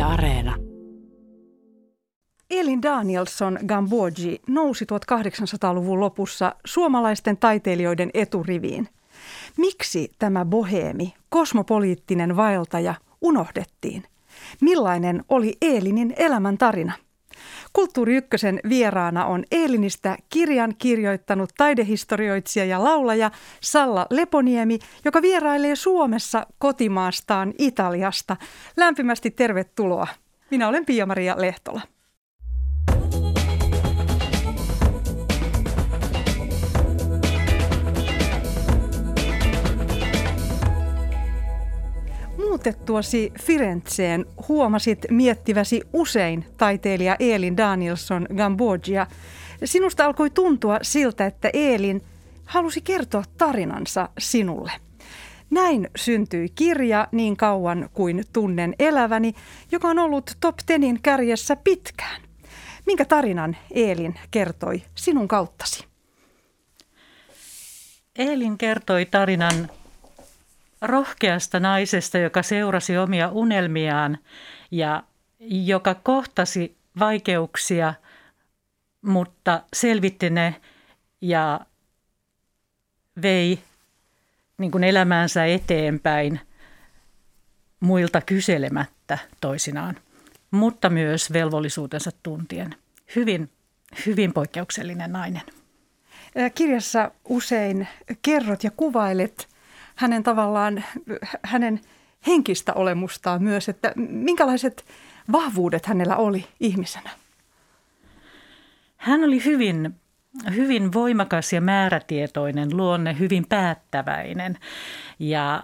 Areena. Elin Danielsson Gambogi nousi 1800-luvun lopussa suomalaisten taiteilijoiden eturiviin. Miksi tämä boheemi, kosmopoliittinen vaeltaja, unohdettiin? Millainen oli Elinin elämäntarina? Kulttuuri Ykkösen vieraana on Elinistä kirjan kirjoittanut taidehistorioitsija ja laulaja Salla Leponiemi, joka vierailee Suomessa kotimaastaan Italiasta. Lämpimästi tervetuloa. Minä olen Pia-Maria Lehtola. Muutettuasi Firenzeen huomasit miettiväsi usein taiteilija Elin Danielsson Gambogia. Sinusta alkoi tuntua siltä, että Elin halusi kertoa tarinansa sinulle. Näin syntyi kirja Niin kauan kuin tunnen eläväni, joka on ollut Top 10 kärjessä pitkään. Minkä tarinan Elin kertoi sinun kauttasi? Elin kertoi tarinan rohkeasta naisesta, joka seurasi omia unelmiaan ja joka kohtasi vaikeuksia, mutta selvitti ne ja vei niin kuin elämäänsä eteenpäin muilta kyselemättä toisinaan, mutta myös velvollisuutensa tuntien. Hyvin poikkeuksellinen nainen. Kirjassa usein kerrot ja kuvailet hänen henkistä olemustaan myös, että minkälaiset vahvuudet hänellä oli ihmisenä? Hän oli hyvin voimakas ja määrätietoinen luonne, hyvin päättäväinen ja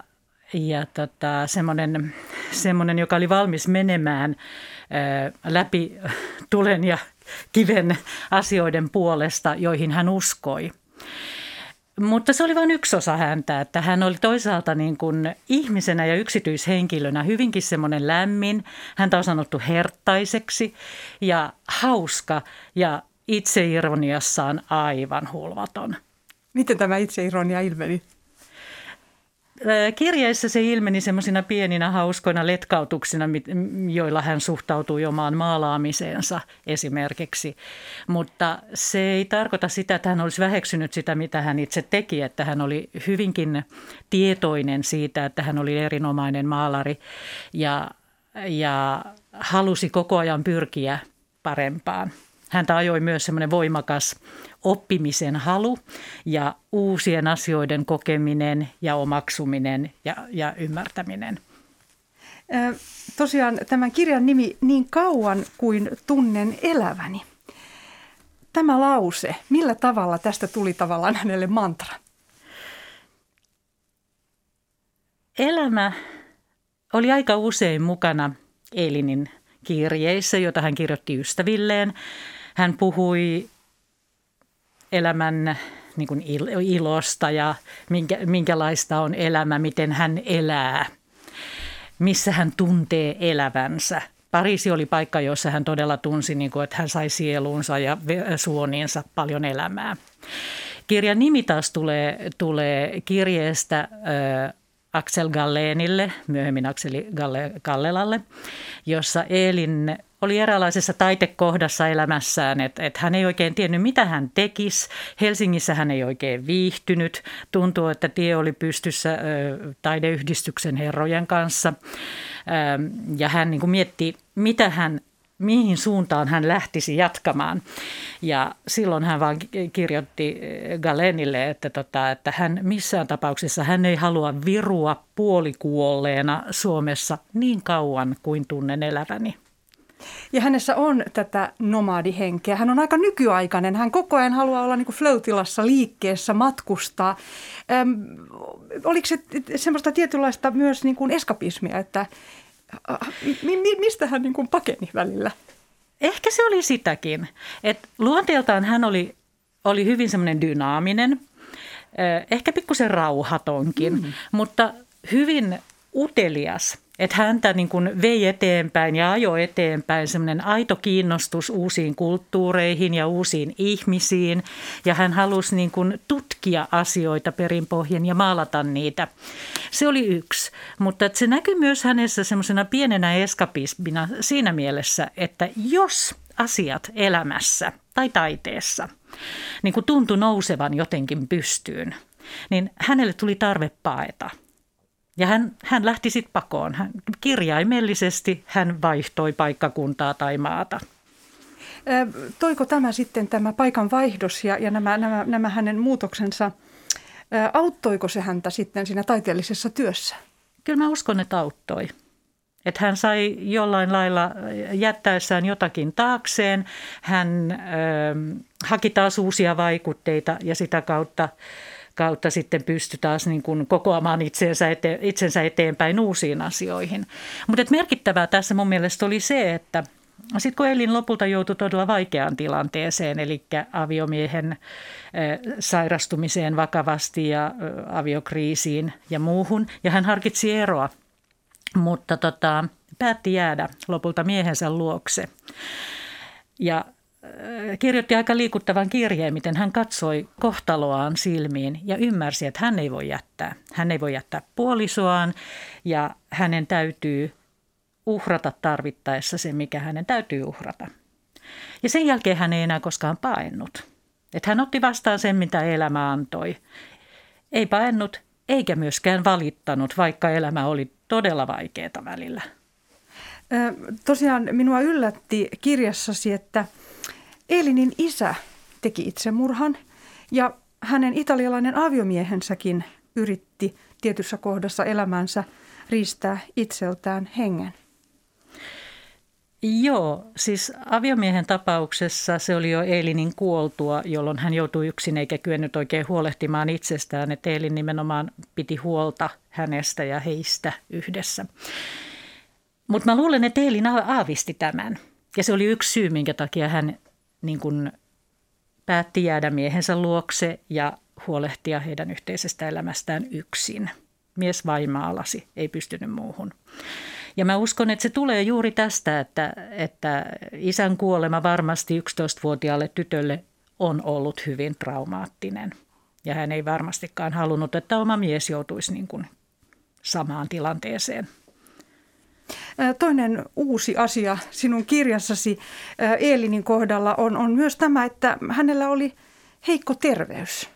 semmoinen, joka oli valmis menemään läpi tulen ja kiven asioiden puolesta, joihin hän uskoi. Mutta se oli vain yksi osa häntä, että hän oli toisaalta niin kuin ihmisenä ja yksityishenkilönä hyvinkin semmoinen lämmin. Häntä on sanottu herttaiseksi ja hauska ja itseironiassaan aivan hulvaton. Miten tämä itseironia ilmeni? Kirjeessä se ilmeni semmoisina pieninä hauskoina letkautuksina, joilla hän suhtautui omaan maalaamiseensa esimerkiksi. Mutta se ei tarkoita sitä, että hän olisi väheksynyt sitä, mitä hän itse teki. Että hän oli hyvinkin tietoinen siitä, että hän oli erinomainen maalari ja halusi koko ajan pyrkiä parempaan. Häntä ajoi myös semmoinen voimakas oppimisen halu ja uusien asioiden kokeminen ja omaksuminen ja ymmärtäminen. Tosiaan tämän kirjan nimi Niin kauan kuin tunnen eläväni. Tämä lause, millä tavalla tästä tuli tavallaan hänelle mantra? Elämä oli aika usein mukana Elinin kirjeissä, joita hän kirjoitti ystävilleen. Hän puhui elämän niin kuin ilosta ja minkälaista on elämä, miten hän elää, missä hän tuntee elävänsä. Pariisi oli paikka, jossa hän todella tunsi, niin kuin, että hän sai sieluunsa ja suoniinsa paljon elämää. Kirjan nimi taas tulee kirjeestä Axel Gallenille, myöhemmin Akseli Gallelalle, jossa Elin oli eräänlaisessa taitekohdassa elämässään, että hän ei oikein tiennyt, mitä hän tekisi. Helsingissä hän ei oikein viihtynyt. Tuntuu, että tie oli pystyssä taideyhdistyksen herrojen kanssa. Ja hän niin kuin mietti, mihin suuntaan hän lähtisi jatkamaan. Ja silloin hän vaan kirjoitti Gallenille, että hän missään tapauksessa hän ei halua virua puolikuolleena Suomessa niin kauan kuin tunnen eläväni. Ja hänessä on tätä nomadihenkeä. Hän on aika nykyaikainen. Hän koko ajan haluaa olla niin kuin flow-tilassa, liikkeessä, matkustaa. Oliko se semmoista tietynlaista myös niin kuin eskapismia, että mistä hän niin kuin pakeni välillä? Ehkä se oli sitäkin. Että luonteeltaan hän oli hyvin semmoinen dynaaminen, ehkä pikkusen rauhatonkin, mutta hyvin utelias Että häntä niin kuin vei eteenpäin ja ajoi eteenpäin semmoinen aito kiinnostus uusiin kulttuureihin ja uusiin ihmisiin. Ja hän halusi niin kuin tutkia asioita perinpohjin ja maalata niitä. Se oli yksi, mutta se näkyy myös hänessä semmoisena pienenä eskapismina siinä mielessä, että jos asiat elämässä tai taiteessa niin kuin tuntui nousevan jotenkin pystyyn, niin hänelle tuli tarve paeta. Ja hän lähti sitten pakoon. Kirjaimellisesti hän vaihtoi paikkakuntaa tai maata. Toiko tämä paikan vaihdos ja nämä hänen muutoksensa, auttoiko se häntä sitten siinä taiteellisessa työssä? Kyllä mä uskon, että auttoi. Että hän sai jollain lailla jättäessään jotakin taakseen. Hän haki taas uusia vaikutteita ja sitä kautta sitten pystyi taas niin kuin kokoamaan itsensä eteenpäin uusiin asioihin. Mutta merkittävää tässä mun mielestä oli se, että sitten kun Elin lopulta joutui todella vaikeaan tilanteeseen, eli aviomiehen sairastumiseen vakavasti ja aviokriisiin ja muuhun, ja hän harkitsi eroa, mutta päätti jäädä lopulta miehensä luokse. Ja kirjoitti aika liikuttavan kirjeen, miten hän katsoi kohtaloaan silmiin ja ymmärsi, että hän ei voi jättää. Hän ei voi jättää puolisoaan ja hänen täytyy uhrata tarvittaessa se, mikä hänen täytyy uhrata. Ja sen jälkeen hän ei enää koskaan paennut. Että hän otti vastaan sen, mitä elämä antoi. Ei paennut eikä myöskään valittanut, vaikka elämä oli todella vaikeaa välillä. Tosiaan minua yllätti kirjassasi, että Elinin isä teki itsemurhan ja hänen italialainen aviomiehensäkin yritti tietyssä kohdassa elämänsä riistää itseltään hengen. Joo, siis aviomiehen tapauksessa se oli jo Elinin kuoltua, jolloin hän joutui yksin eikä kyennyt oikein huolehtimaan itsestään, että Elin nimenomaan piti huolta hänestä ja heistä yhdessä. Mutta mä luulen, että Elin aavisti tämän ja se oli yksi syy, minkä takia hän niin kun päätti jäädä miehensä luokse ja huolehtia heidän yhteisestä elämästään yksin. Mies vain maalasi, ei pystynyt muuhun. Ja mä uskon, että se tulee juuri tästä, että isän kuolema varmasti 11-vuotiaalle tytölle on ollut hyvin traumaattinen. Ja hän ei varmastikaan halunnut, että oma mies joutuisi niin kuin samaan tilanteeseen. Toinen uusi asia sinun kirjassasi Elinin kohdalla on myös tämä, että hänellä oli heikko terveys.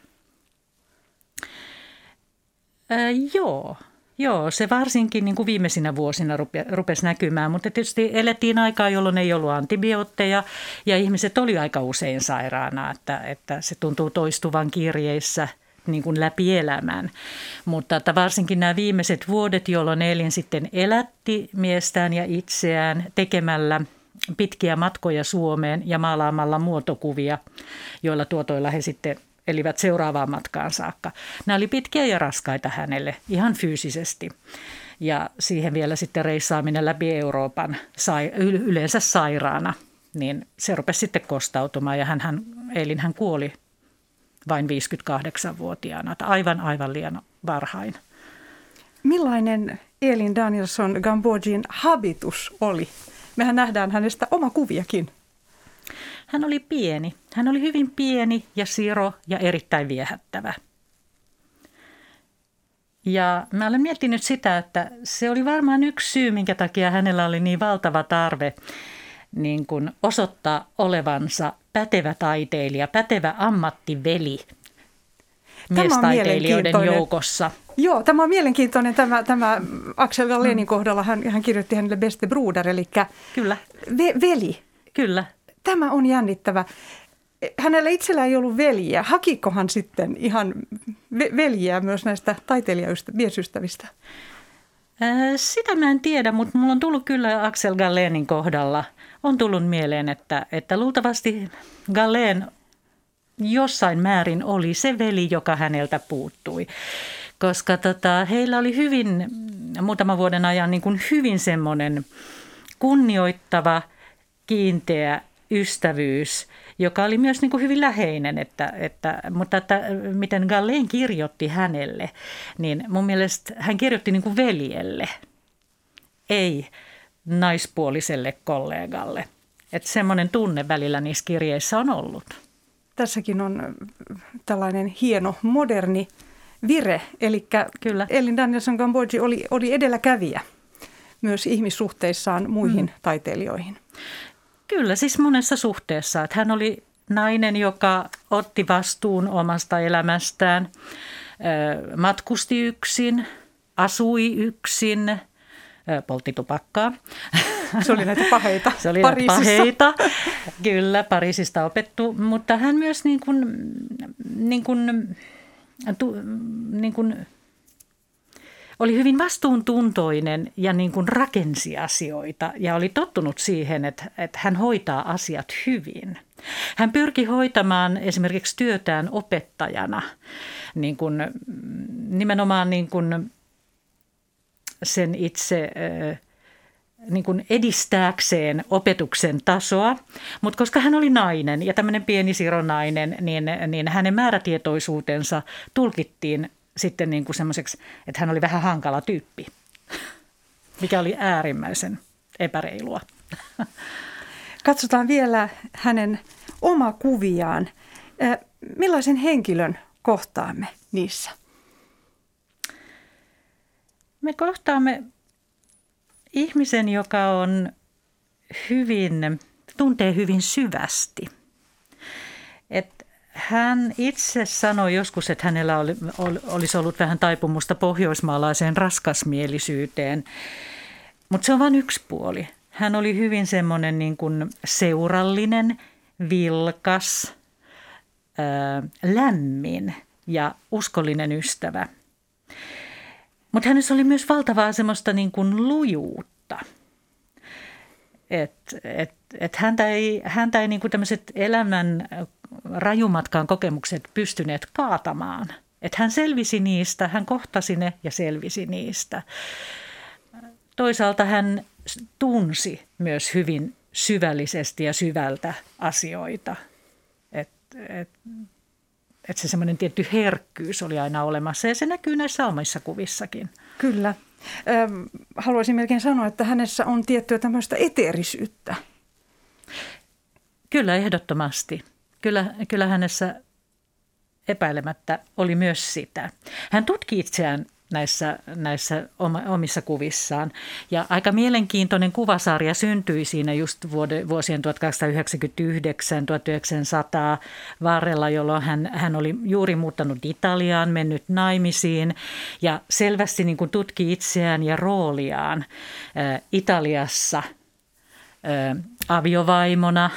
Joo, se varsinkin niin kuin viimeisinä vuosina rupesi näkymään, mutta tietysti elettiin aikaa, jolloin ei ollut antibiootteja ja ihmiset oli aika usein sairaana, että se tuntuu toistuvan kirjeissä niin kuin läpi elämän. Mutta että varsinkin nämä viimeiset vuodet, jolloin Elin sitten elätti miestään ja itseään tekemällä pitkiä matkoja Suomeen ja maalaamalla muotokuvia, joilla tuotoilla he sitten elivät seuraavaan matkaan saakka. Nämä oli pitkiä ja raskaita hänelle ihan fyysisesti. Ja siihen vielä sitten reissaaminen läpi Euroopan yleensä sairaana, niin se rupesi sitten kostautumaan ja Elin kuoli vain 58-vuotiaana, aivan liian varhain. Millainen Elin Danielson-Gambogin habitus oli? Mehän nähdään hänestä oma kuviakin. Hän oli pieni. Hän oli hyvin pieni ja siro ja erittäin viehättävä. Ja mä olen miettinyt sitä, että se oli varmaan yksi syy, minkä takia hänellä oli niin valtava tarve niin kuin osoittaa olevansa pätevä taiteilija, pätevä ammattiveli miestaiteilijoiden joukossa. Joo, tämä on mielenkiintoinen tämä Axel Gallenin kohdalla. Hän kirjoitti hänelle beste bruder, eli Kyllä. Veli. Kyllä. Tämä on jännittävä. Hänellä itsellä ei ollut veljiä. Hakikohan sitten ihan veljiä myös näistä taiteilijamiesystävistä? Sitä mä en tiedä, mutta mulla on tullut kyllä Axel Gallenin kohdalla. On tullut mieleen, että luultavasti Gallen jossain määrin oli se veli, joka häneltä puuttui. Koska heillä oli muutaman vuoden ajan niin kuin hyvin semmoinen kunnioittava, kiinteä ystävyys, joka oli myös niin kuin hyvin läheinen, mutta miten Gallen kirjoitti hänelle, niin mun mielestä hän kirjoitti niin kuin veljelle. ei naispuoliselle kollegalle. Että semmoinen tunne välillä niissä kirjeissä on ollut. Tässäkin on tällainen hieno moderni vire, eli Kyllä. Elin Danielson-Gambodji oli edelläkävijä myös ihmissuhteissaan muihin taiteilijoihin. Kyllä, siis monessa suhteessa. Että hän oli nainen, joka otti vastuun omasta elämästään, matkusti yksin, asui yksin, poltti tupakkaa. Se oli näitä paheita. Se oli näitä paheita, kyllä, Pariisista opettu, mutta hän myös oli hyvin vastuuntuntoinen ja niin kuin rakensi asioita ja oli tottunut siihen, että hän hoitaa asiat hyvin. Hän pyrki hoitamaan esimerkiksi työtään opettajana niin kuin, nimenomaan niin kuin sen itse niin kuin edistääkseen opetuksen tasoa, mutta koska hän oli nainen ja tämmöinen pieni sironainen, niin hänen määrätietoisuutensa tulkittiin sitten niin kuin semmoiseksi, että hän oli vähän hankala tyyppi, mikä oli äärimmäisen epäreilua. Katsotaan vielä hänen omakuviaan. Millaisen henkilön kohtaamme niissä? Me kohtaamme ihmisen, joka on tuntee hyvin syvästi. Hän itse sanoi joskus, että hänellä olisi ollut vähän taipumusta pohjoismaalaiseen raskasmielisyyteen, mutta se on vain yksi puoli. Hän oli hyvin semmoinen niin kuin seurallinen, vilkas, lämmin ja uskollinen ystävä. Mutta hänessä oli myös valtavaa semmoista niin kuin lujuutta. Häntä ei niin kuin tämmöiset elämän rajumatkaan kokemukset pystyneet kaatamaan. Että hän selvisi niistä, hän kohtasi ne ja selvisi niistä. Toisaalta hän tunsi myös hyvin syvällisesti ja syvältä asioita. Että se semmoinen tietty herkkyys oli aina olemassa ja se näkyy näissä omissa kuvissakin. Kyllä. Haluaisin melkein sanoa, että hänessä on tiettyä tämmöistä eteerisyyttä. Kyllä, ehdottomasti. Kyllä hänessä epäilemättä oli myös sitä. Hän tutki itseään näissä omissa kuvissaan. Ja aika mielenkiintoinen kuvasarja syntyi siinä just vuosien 1899-1900 varrella, jolloin hän oli juuri muuttanut Italiaan, mennyt naimisiin ja selvästi niin kuin tutki itseään ja rooliaan Italiassa aviovaimona,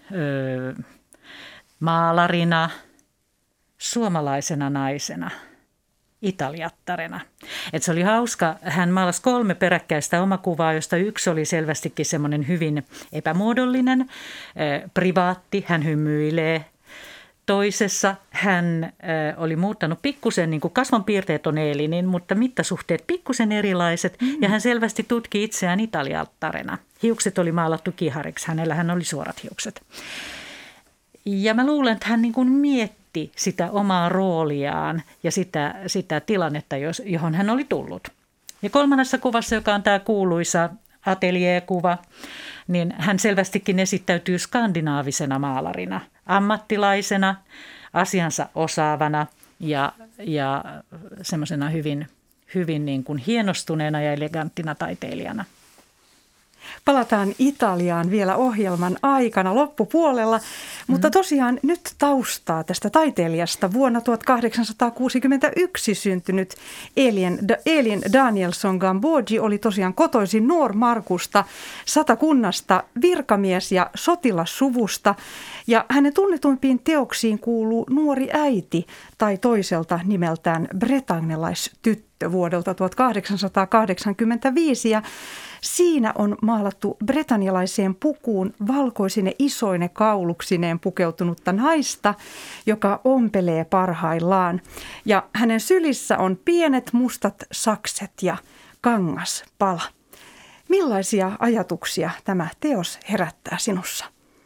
maalarina, suomalaisena naisena, italiattarena. Et se oli hauska. Hän maalasi 3 peräkkäistä omakuvaa, josta yksi oli selvästikin semmoinen hyvin epämuodollinen, privaatti, hän hymyilee. Toisessa hän oli muuttanut pikkusen, niin kuin kasvonpiirteet on Elinin, mutta mittasuhteet pikkusen erilaiset. Ja hän selvästi tutki itseään italiattarena. Hiukset oli maalattu kihariksi, hän oli suorat hiukset. Ja mä luulen, että hän niin kuin mietti sitä omaa rooliaan ja sitä tilannetta, johon hän oli tullut. Ja 3. kuvassa, joka on tämä kuuluisa ateljeekuva, niin hän selvästikin esittäytyy skandinaavisena maalarina, ammattilaisena, asiansa osaavana ja semmoisena hyvin niin kuin hienostuneena ja eleganttina taiteilijana. Palataan Italiaan vielä ohjelman aikana loppupuolella, mutta tosiaan nyt taustaa tästä taiteilijasta. Vuonna 1861 syntynyt Elin Danielson-Gambodji oli tosiaan kotoisin Noormarkusta, Satakunnasta, virkamies- ja sotilassuvusta. Ja hänen tunnetuimpiin teoksiin kuuluu Nuori äiti tai toiselta nimeltään Bretagnelaistyttö vuodelta 1885 ja siinä on maalattu bretanialaiseen pukuun valkoisine isoine kauluksineen pukeutunutta naista, joka ompelee parhaillaan. Ja hänen sylissä on pienet mustat sakset ja kangaspala. Millaisia ajatuksia tämä teos herättää sinussa?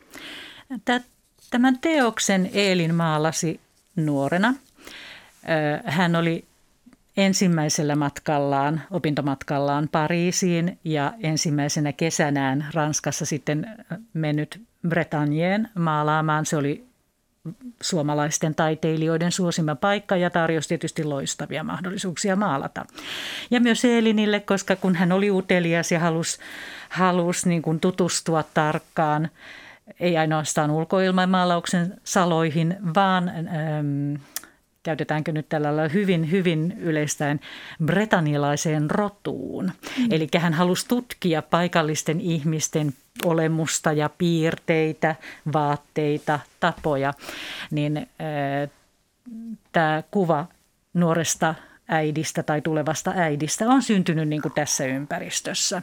Tämän teoksen Elin maalasi nuorena. Hän oli ensimmäisellä opintomatkallaan Pariisiin ja ensimmäisenä kesänään Ranskassa sitten mennyt Bretagneen maalaamaan. Se oli suomalaisten taiteilijoiden suosima paikka ja tarjosi tietysti loistavia mahdollisuuksia maalata. Ja myös Elinille, koska kun hän oli utelias ja halusi niin kuin tutustua tarkkaan, ei ainoastaan ulkoilmamaalauksen saloihin, vaan käytetäänkö nyt tällä lailla hyvin yleistäen bretanialaiseen rotuun. Eli hän halusi tutkia paikallisten ihmisten olemusta ja piirteitä, vaatteita, tapoja. Niin tämä kuva nuoresta äidistä tai tulevasta äidistä on syntynyt niin kuin tässä ympäristössä.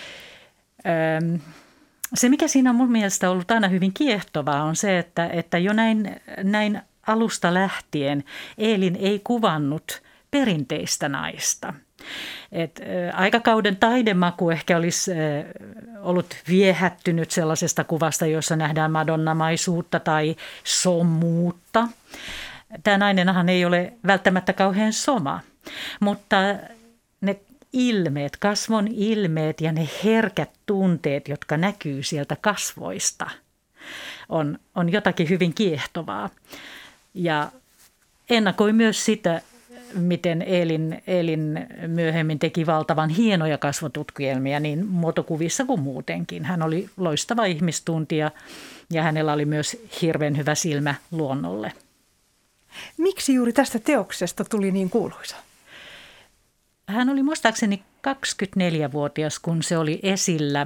Se, mikä siinä on mun mielestä ollut aina hyvin kiehtovaa, on se, että jo näin alusta lähtien Elin ei kuvannut perinteistä naista. Aikakauden taidemaku ehkä olisi ollut viehättynyt sellaisesta kuvasta, jossa nähdään madonnamaisuutta tai sommuutta. Tämä nainenhan ei ole välttämättä kauhean soma, mutta ne ilmeet, kasvon ilmeet ja ne herkät tunteet, jotka näkyy sieltä kasvoista, on jotakin hyvin kiehtovaa. Ja ennakoi myös sitä, miten Elin myöhemmin teki valtavan hienoja kasvotutkielmia niin muotokuvissa kuin muutenkin. Hän oli loistava ihmistuntija ja hänellä oli myös hirveän hyvä silmä luonnolle. Miksi juuri tästä teoksesta tuli niin kuuluisa? Hän oli muistaakseni 24-vuotias, kun se oli esillä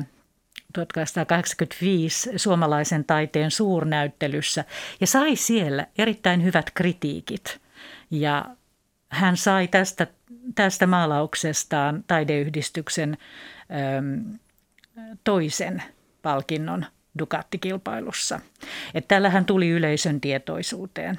1885 suomalaisen taiteen suurnäyttelyssä ja sai siellä erittäin hyvät kritiikit. Ja hän sai tästä maalauksestaan taideyhdistyksen toisen palkinnon Ducati-kilpailussa. Että tällä hän tuli yleisön tietoisuuteen.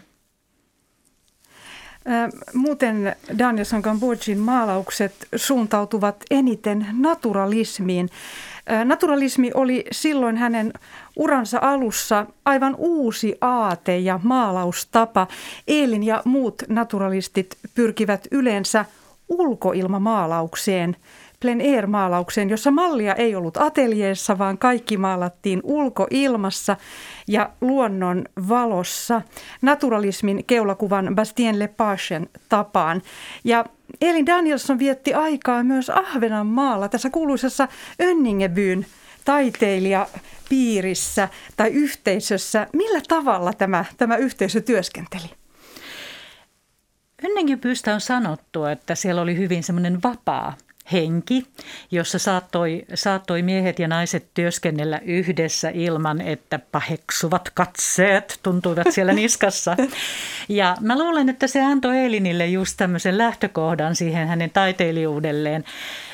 Muuten Danielson-Gambodgin maalaukset suuntautuvat eniten naturalismiin. Naturalismi oli silloin hänen uransa alussa aivan uusi aate ja maalaustapa. Elin ja muut naturalistit pyrkivät yleensä ulkoilmamaalaukseen, plein air-maalaukseen, jossa mallia ei ollut ateljeessa, vaan kaikki maalattiin ulkoilmassa ja luonnon valossa naturalismin keulakuvan Bastien Lepagen tapaan. Ja Elin Danielsson vietti aikaa myös Ahvenanmaalla tässä kuuluisessa Önningebyn taiteilijapiirissä tai yhteisössä. Millä tavalla tämä yhteisö työskenteli? Önningebystä on sanottu, että siellä oli hyvin semmoinen vapaa henki, jossa saattoi miehet ja naiset työskennellä yhdessä ilman, että paheksuvat katseet tuntuivat siellä niskassa. Ja mä luulen, että se antoi Elinille just tämmöisen lähtökohdan siihen hänen taiteilijuudelleen.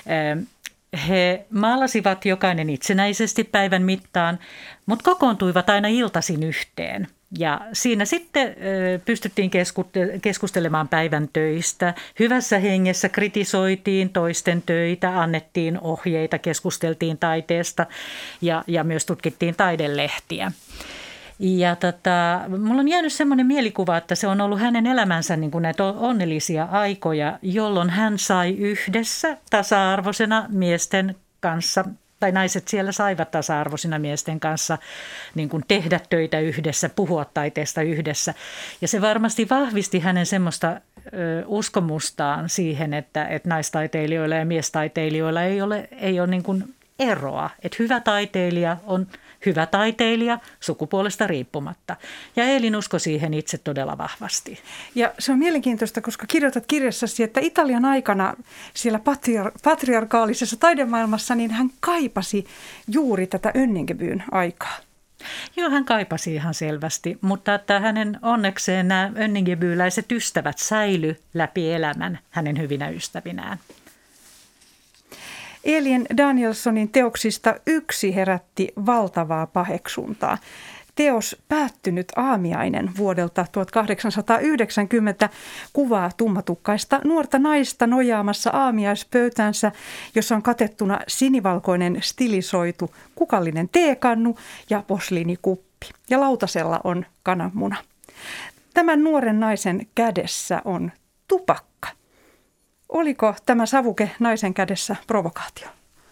He maalasivat jokainen itsenäisesti päivän mittaan, mutta kokoontuivat aina iltaisin yhteen. Ja siinä sitten pystyttiin keskustelemaan päivän töistä. Hyvässä hengessä kritisoitiin toisten töitä, annettiin ohjeita, keskusteltiin taiteesta ja myös tutkittiin taidelehtiä. Ja mulla on jäänyt semmoinen mielikuva, että se on ollut hänen elämänsä niin kuin näitä onnellisia aikoja, jolloin hän sai yhdessä tasa-arvoisena miesten kanssa, tai naiset siellä saivat tasa-arvoisina miesten kanssa niin kuin tehdä töitä yhdessä, puhua taiteesta yhdessä. Ja se varmasti vahvisti hänen semmoista uskomustaan siihen, että naistaiteilijoilla ja miestaiteilijoilla ei ole niin kuin eroa. Että hyvä taiteilija on hyvä taiteilija sukupuolesta riippumatta. Ja Elin uskoi siihen itse todella vahvasti. Ja se on mielenkiintoista, koska kirjoitat kirjassasi, että Italian aikana siellä patriarkaalisessa taidemaailmassa niin hän kaipasi juuri tätä Önningebyn aikaa. Joo, hän kaipasi ihan selvästi, mutta että hänen onnekseen nämä önningebyläiset ystävät säilyi läpi elämän hänen hyvinä ystävinään. Elin Danielssonin teoksista yksi herätti valtavaa paheksuntaa. Teos Päättynyt aamiainen vuodelta 1890 kuvaa tummatukkaista nuorta naista nojaamassa aamiaispöytänsä, jossa on katettuna sinivalkoinen stilisoitu kukallinen teekannu ja posliinikuppi. Ja lautasella on kananmuna. Tämän nuoren naisen kädessä on tupakka. Oliko tämä savuke naisen kädessä provokaatio?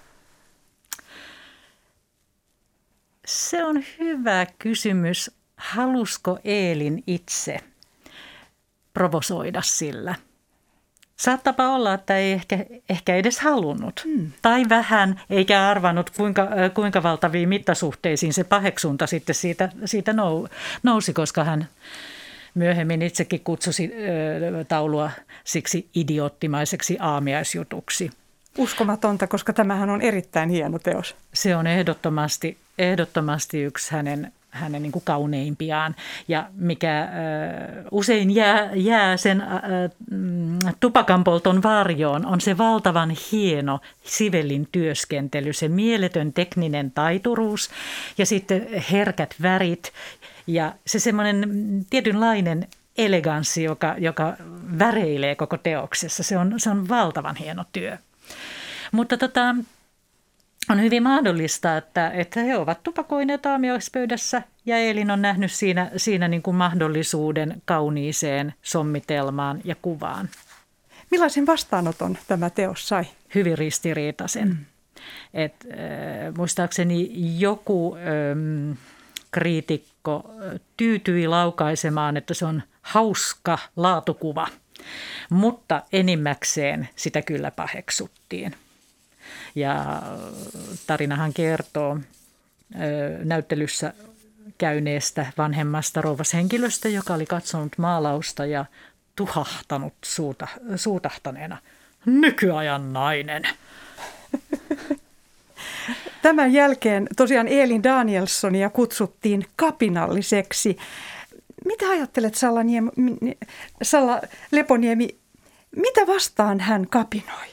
Se on hyvä kysymys. Halusko Eelin itse provosoida sillä? Saattaapa olla, että ei ehkä edes halunnut. Tai vähän, eikä arvannut, kuinka valtaviin mittasuhteisiin se paheksunta sitten siitä nousi, koska hän myöhemmin itsekin kutsui taulua siksi idioottimaiseksi aamiaisjutuksi. Uskomatonta, koska tämähän on erittäin hieno teos. Se on ehdottomasti yksi hänen niin kuin kauneimpiaan. Ja mikä usein jää sen tupakanpolton varjoon, on se valtavan hieno Sibelin työskentely, se mieletön tekninen taituruus ja sitten herkät värit ja se semmoinen tietynlainen eleganssi, joka väreilee koko teoksessa. Se on valtavan hieno työ. Mutta on hyvin mahdollista, että he ovat tupakoineet aamiaispöydässä ja Eelin on nähnyt siinä niin kuin mahdollisuuden kauniiseen sommitelmaan ja kuvaan. Millaisen vastaanoton tämä teos sai? Hyvin ristiriitaisen. Muistaakseni joku kriitikko tyytyi laukaisemaan, että se on hauska laatukuva, mutta enimmäkseen sitä kyllä paheksuttiin. Ja tarinahan kertoo näyttelyssä käyneestä vanhemmasta rouvashenkilöstä, joka oli katsonut maalausta ja tuhahtanut suutahtaneena. Nykyajan nainen. Tämän jälkeen tosiaan Eelin Danielssonia kutsuttiin kapinalliseksi. Mitä ajattelet, Salla Leponiemi, mitä vastaan hän kapinoi?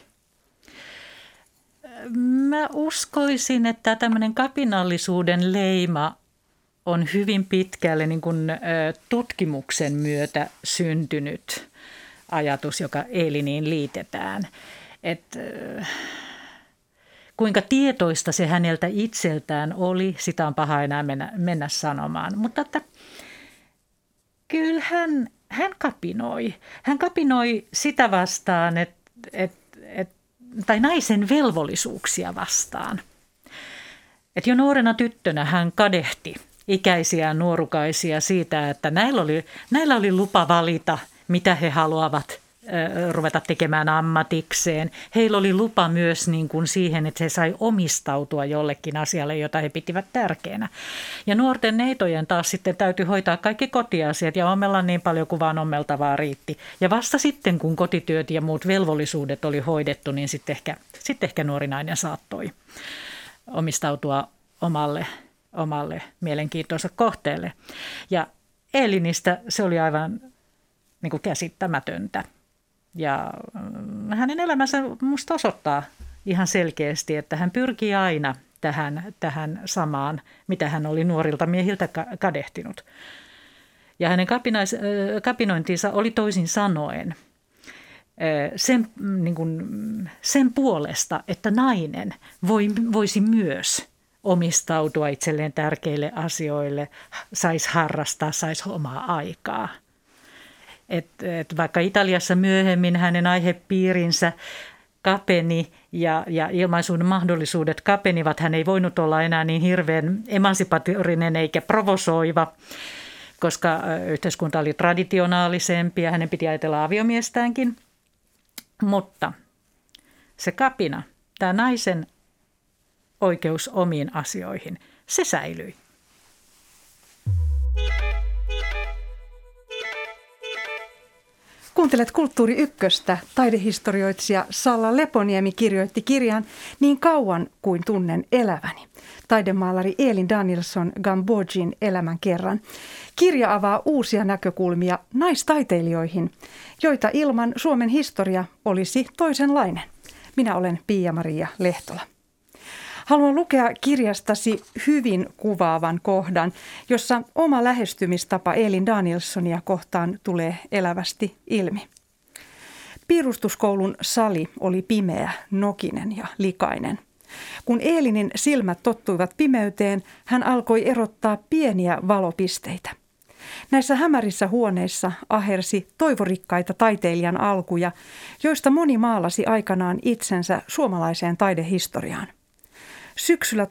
Mä uskoisin, että tämmöinen kapinallisuuden leima on hyvin pitkälle niin kuin tutkimuksen myötä syntynyt ajatus, joka Eeliniin liitetään. Kuinka tietoista se häneltä itseltään oli, sitä on paha enää mennä sanomaan. Mutta että kyllä hän kapinoi. Hän kapinoi sitä vastaan, tai naisen velvollisuuksia vastaan. Et jo nuorena tyttönä hän kadehti ikäisiä nuorukaisia siitä, että näillä oli lupa valita, mitä he haluavat ruveta tekemään ammatikseen. Heillä oli lupa myös niin kuin siihen, että he sai omistautua jollekin asialle, jota he pitivät tärkeänä. Ja nuorten neitojen taas sitten täytyy hoitaa kaikki kotiasiat ja ommella niin paljon kuin vaan ommeltavaa riitti. Ja vasta sitten, kun kotityöt ja muut velvollisuudet oli hoidettu, niin sitten ehkä nuori nainen saattoi omistautua omalle mielenkiintoiselle kohteelle. Ja Eelinistä se oli aivan niin kuin käsittämätöntä. Ja hänen elämänsä musta osoittaa ihan selkeästi, että hän pyrkii aina tähän samaan, mitä hän oli nuorilta miehiltä kadehtinut. Ja hänen kapinointinsa oli toisin sanoen sen puolesta, että nainen voisi myös omistautua itselleen tärkeille asioille, saisi harrastaa, saisi omaa aikaa. Vaikka Italiassa myöhemmin hänen aihepiirinsä kapeni ja ilmaisun mahdollisuudet kapenivat, hän ei voinut olla enää niin hirveän emansipatorinen eikä provosoiva, koska yhteiskunta oli traditionaalisempi ja hänen piti ajatella aviomiestäänkin. Mutta se kapina, tämä naisen oikeus omiin asioihin, se säilyi. Kuuntelet Kulttuuri Ykköstä. Taidehistorioitsija Salla Leponiemi kirjoitti kirjan Niin kauan kuin tunnen eläväni. Taidemaalari Eelin Danielsson Gambogin elämän kerran. Kirja avaa uusia näkökulmia naistaiteilijoihin, joita ilman Suomen historia olisi toisenlainen. Minä olen Pia-Maria Lehtola. Haluan lukea kirjastasi hyvin kuvaavan kohdan, jossa oma lähestymistapa Eelin Danielssonia kohtaan tulee elävästi ilmi. Piirustuskoulun sali oli pimeä, nokinen ja likainen. Kun Eelinin silmät tottuivat pimeyteen, hän alkoi erottaa pieniä valopisteitä. Näissä hämärissä huoneissa ahersi toivorikkaita taiteilijan alkuja, joista moni maalasi aikanaan itsensä suomalaiseen taidehistoriaan. Syksyllä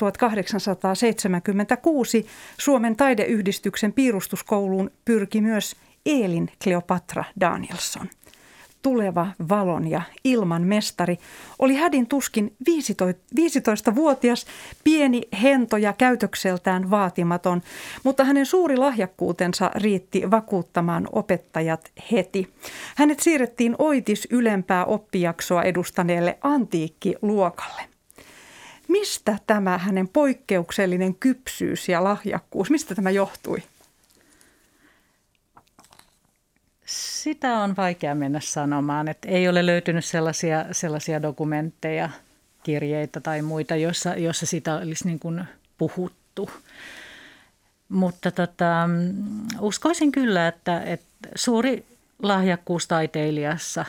1876 Suomen taideyhdistyksen piirustuskouluun pyrki myös Elin Kleopatra Danielsson. Tuleva valon ja ilman mestari oli hädin tuskin 15-vuotias, pieni, hento ja käytökseltään vaatimaton, mutta hänen suuri lahjakkuutensa riitti vakuuttamaan opettajat heti. Hänet siirrettiin oitis ylempää oppijaksoa edustaneelle antiikkiluokalle. Mistä tämä hänen poikkeuksellinen kypsyys ja lahjakkuus, mistä tämä johtui? Sitä on vaikea mennä sanomaan, että ei ole löytynyt sellaisia dokumentteja, kirjeitä tai muita, joissa sitä olisi niin kuin puhuttu. Mutta uskoisin kyllä, että suuri lahjakkuus taiteilijassa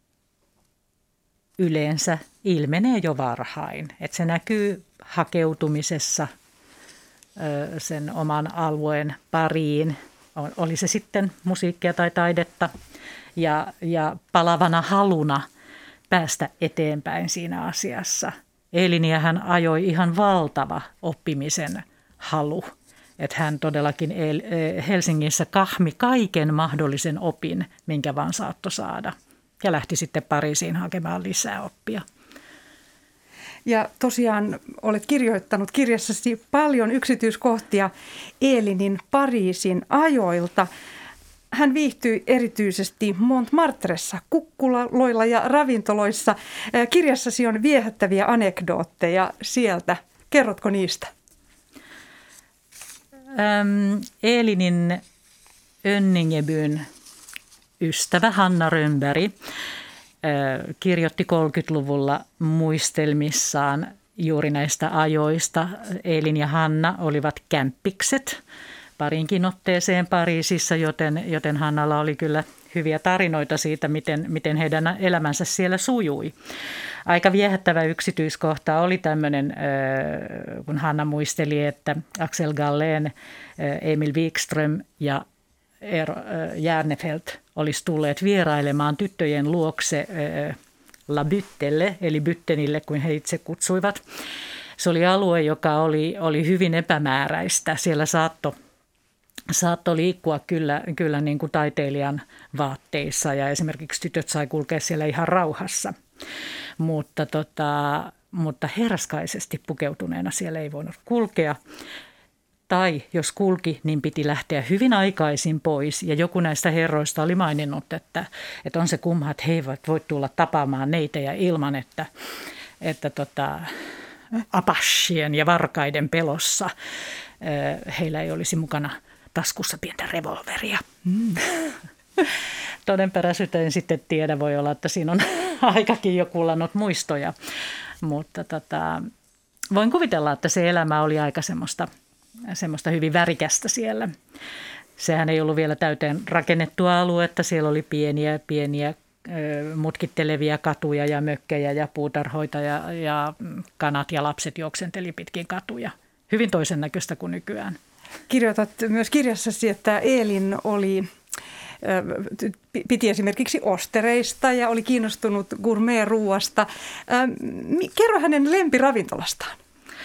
yleensä ilmenee jo varhain. Että se näkyy hakeutumisessa sen oman alueen pariin. Oli se sitten musiikkia tai taidetta ja palavana haluna päästä eteenpäin siinä asiassa. Eliniähän ajoi ihan valtava oppimisen halu. Että hän todellakin Helsingissä kahmi kaiken mahdollisen opin, minkä vaan saattoi saada. Ja lähti sitten Pariisiin hakemaan lisää oppia. Ja tosiaan olet kirjoittanut kirjassasi paljon yksityiskohtia Elinin Pariisin ajoilta. Hän viihtyi erityisesti Montmartressa, kukkuloilla ja ravintoloissa. Kirjassasi on viehättäviä anekdootteja sieltä. Kerrotko niistä? Elinin Önningebyn ystävä Hanna Rönnberg kirjoitti 30-luvulla muistelmissaan juuri näistä ajoista. Elin ja Hanna olivat kämppikset parinkin otteeseen Pariisissa, joten Hannalla oli kyllä hyviä tarinoita siitä, miten heidän elämänsä siellä sujui. Aika viehättävä yksityiskohta oli tämmöinen, kun Hanna muisteli, että Axel Gallen, Emil Wikström ja Eero Järnefelt olisi tulleet vierailemaan tyttöjen luokse La Byttelle, eli Byttenille, kuin he itse kutsuivat. Se oli alue, joka oli hyvin epämääräistä. Siellä saattoi liikkua kyllä niin kuin taiteilijan vaatteissa ja esimerkiksi tytöt sai kulkea siellä ihan rauhassa. Mutta herskaisesti pukeutuneena siellä ei voinut kulkea. Tai jos kulki, niin piti lähteä hyvin aikaisin pois. Ja joku näistä herroista oli maininnut, että on se kumma, että he eivät voi tulla tapaamaan neitejä ilman, että apashien ja varkaiden pelossa heillä ei olisi mukana taskussa pientä revolveria. Todenperäisyyttä en sitten tiedä, voi olla, että siinä on aikakin jo kullannut muistoja. Mutta voin kuvitella, että se elämä oli aika semmoista hyvin värikästä siellä. Sehän ei ollut vielä täyteen rakennettua aluetta. Siellä oli pieniä mutkittelevia katuja ja mökkejä ja puutarhoita ja kanat ja lapset juoksenteli pitkin katuja. Hyvin toisen näköistä kuin nykyään. Kirjoitat myös kirjassasi, että Elin piti esimerkiksi ostereista ja oli kiinnostunut gourmet-ruuasta. Kerro hänen lempiravintolastaan.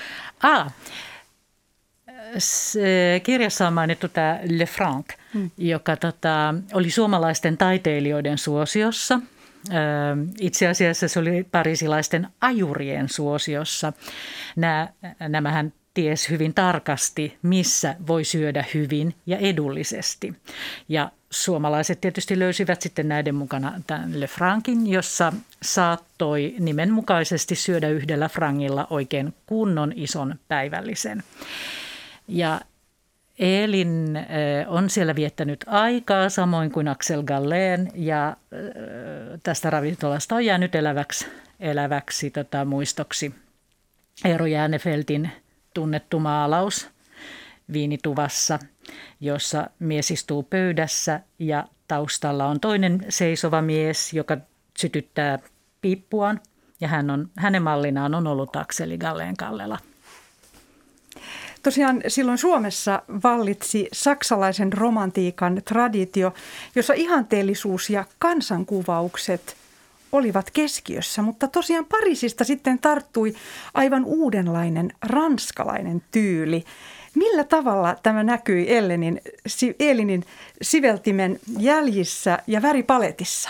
Kirjassa on mainittu tämä Le Franc, joka oli suomalaisten taiteilijoiden suosiossa. Itse asiassa se oli pariisilaisten ajurien suosiossa. Nämähän ties hyvin tarkasti, missä voi syödä hyvin ja edullisesti. Ja suomalaiset tietysti löysivät sitten näiden mukana tämän Le Francin, jossa saattoi nimenmukaisesti syödä 1 frangilla oikein kunnon ison päivällisen. Ja Elin on siellä viettänyt aikaa, samoin kuin Axel Gallen, ja tästä ravintolasta on jäänyt eläväksi muistoksi Eero Järnefeltin tunnettu maalaus viinituvassa, jossa mies istuu pöydässä ja taustalla on toinen seisova mies, joka sytyttää piippuaan, ja hänen mallinaan on ollut Akseli Gallen Kallela. Tosiaan silloin Suomessa vallitsi saksalaisen romantiikan traditio, jossa ihanteellisuus ja kansankuvaukset olivat keskiössä, mutta tosiaan Pariisista sitten tarttui aivan uudenlainen ranskalainen tyyli. Millä tavalla tämä näkyi Elinin siveltimen jäljissä ja väripaletissa?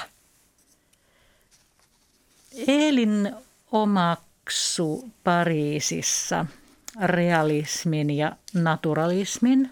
Elin omaksui Pariisissa realismin ja naturalismin,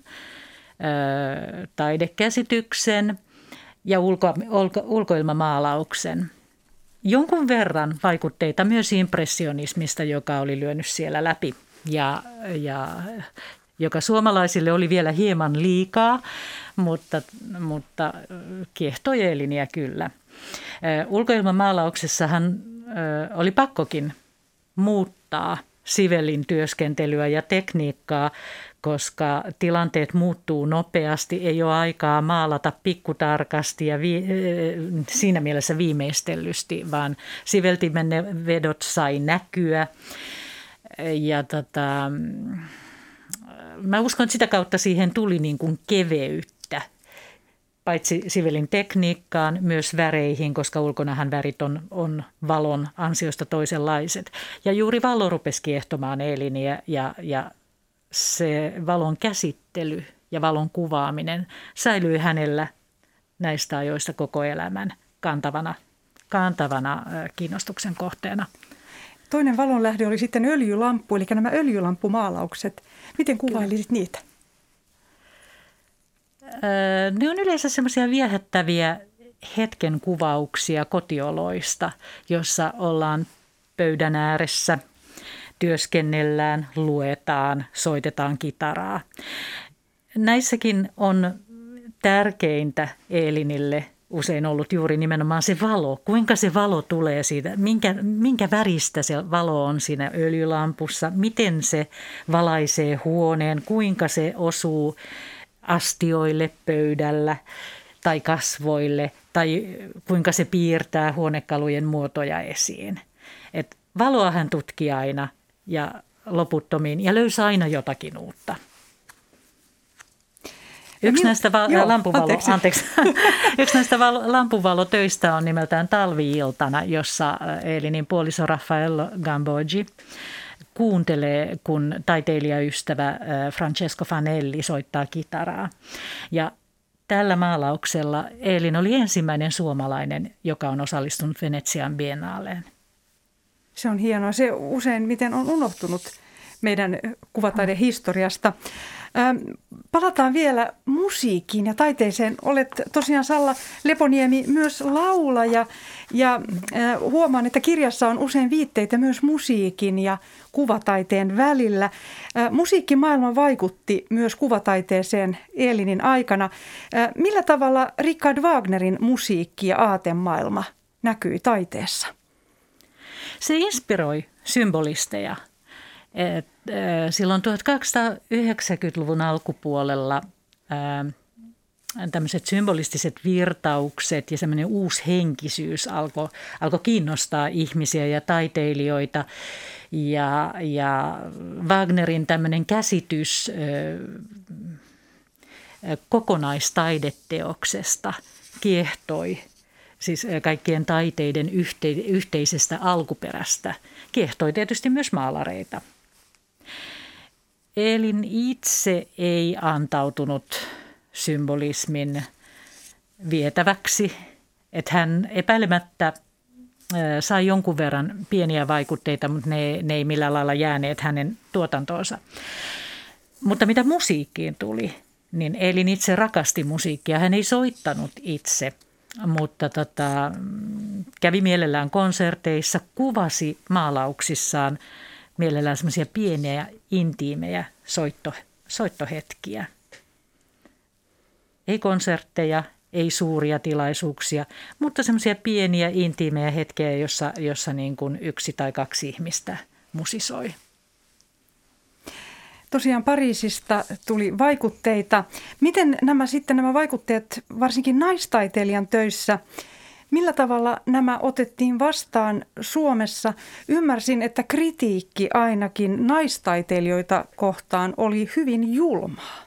taidekäsityksen ja ulkoilmamaalauksen. Jonkun verran vaikutteita myös impressionismista, joka oli lyönyt siellä läpi ja joka suomalaisille oli vielä hieman liikaa, mutta kiehtoi Eliniä kyllä. Ulkoilmamaalauksessahan oli pakkokin muuttaa Sivellin työskentelyä ja tekniikkaa, koska tilanteet muuttuu nopeasti, ei ole aikaa maalata pikkutarkasti ja siinä mielessä viimeistellysti, vaan siveltimen vedot sai näkyä. Ja mä uskon, että sitä kautta siihen tuli niin kuin keveyttä, paitsi Sivellin tekniikkaan, myös väreihin, koska ulkonahan värit on valon ansiosta toisenlaiset. Ja juuri valo rupesi kiehtomaan Eliniä ja se valon käsittely ja valon kuvaaminen säilyi hänellä näistä ajoista koko elämän kantavana kiinnostuksen kohteena. Toinen valonlähde oli sitten öljylamppu, eli nämä öljylamppumaalaukset. Miten kuvailisit niitä? Ne on yleensä semmoisia viehättäviä hetken kuvauksia kotioloista, jossa ollaan pöydän ääressä, työskennellään, luetaan, soitetaan kitaraa. Näissäkin on tärkeintä Elinille usein ollut juuri nimenomaan se valo. Kuinka se valo tulee siitä, minkä väristä se valo on siinä öljylampussa, miten se valaisee huoneen, kuinka se osuu astioille pöydällä tai kasvoille tai kuinka se piirtää huonekalujen muotoja esiin. Et valoa hän tutki aina ja loputtomiin ja löysi aina jotakin uutta. Yksi näistä lampuvalotöistä on nimeltään Talvi-iltana, jossa Elinin puoliso Raffaello Gambogi kuuntelee, kun taiteilijaystävä Francesco Fanelli soittaa kitaraa. Ja tällä maalauksella Elin oli ensimmäinen suomalainen, joka on osallistunut Venetsian biennaaleen. Se on hienoa. Se usein miten on unohtunut meidän kuvataiden historiasta. Palataan vielä musiikkiin ja taiteeseen. Olet tosiaan, Salla Leponiemi, myös laulaja ja huomaan, että kirjassa on usein viitteitä myös musiikin ja kuvataiteen välillä. Musiikkimaailma vaikutti myös kuvataiteeseen Elinin aikana. Millä tavalla Richard Wagnerin musiikki ja aatemaailma näkyi taiteessa? Se inspiroi symbolisteja. Silloin 1290-luvun alkupuolella tämmöiset symbolistiset virtaukset ja semmoinen uusi henkisyys alkoi kiinnostaa ihmisiä ja taiteilijoita. Ja Wagnerin tämmöinen käsitys kokonaistaideteoksesta kiehtoi, siis kaikkien taiteiden yhteisestä alkuperästä, kiehtoi tietysti myös maalareita. Elin itse ei antautunut symbolismin vietäväksi, että hän epäilemättä sai jonkun verran pieniä vaikutteita, mutta ne ei millään lailla jääneet hänen tuotantoonsa. Mutta mitä musiikkiin tuli, niin Elin itse rakasti musiikkia. Hän ei soittanut itse, mutta kävi mielellään konserteissa, kuvasi maalauksissaan mielellään semmoisia pieniä, intiimejä soittohetkiä. Ei konsertteja, ei suuria tilaisuuksia, mutta semmoisia pieniä, intiimejä hetkiä, jossa niin kuin yksi tai kaksi ihmistä musisoi. Tosiaan Pariisista tuli vaikutteita. Miten nämä vaikutteet, varsinkin naistaiteilijan töissä, Millä tavalla nämä otettiin vastaan Suomessa? Ymmärsin, että kritiikki ainakin naistaiteilijoita kohtaan oli hyvin julmaa.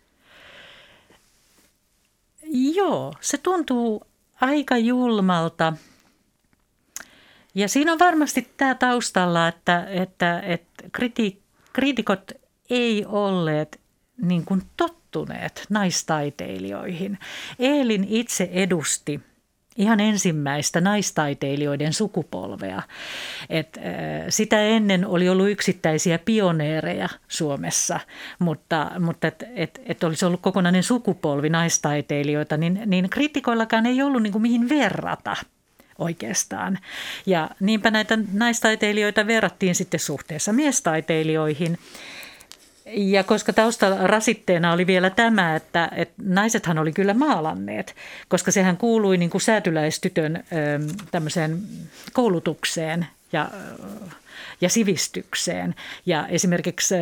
Joo, se tuntuu aika julmalta. Ja siinä on varmasti tämä taustalla, että kriitikot ei olleet niin kuin tottuneet naistaiteilijoihin. Eelin itse edusti ihan ensimmäistä naistaiteilijoiden sukupolvea. Sitä ennen oli ollut yksittäisiä pioneereja Suomessa, mutta olisi ollut kokonainen sukupolvi naistaiteilijoita, niin kriitikoillakaan ei ollut niin kuin mihin verrata oikeastaan. Ja niinpä näitä naistaiteilijoita verrattiin sitten suhteessa miestaiteilijoihin. Ja koska taustalla rasitteena oli vielä tämä, että naisethan oli kyllä maalanneet, koska sehän kuului niin kuin säätyläistytön tämmöiseen koulutukseen ja sivistykseen. Ja esimerkiksi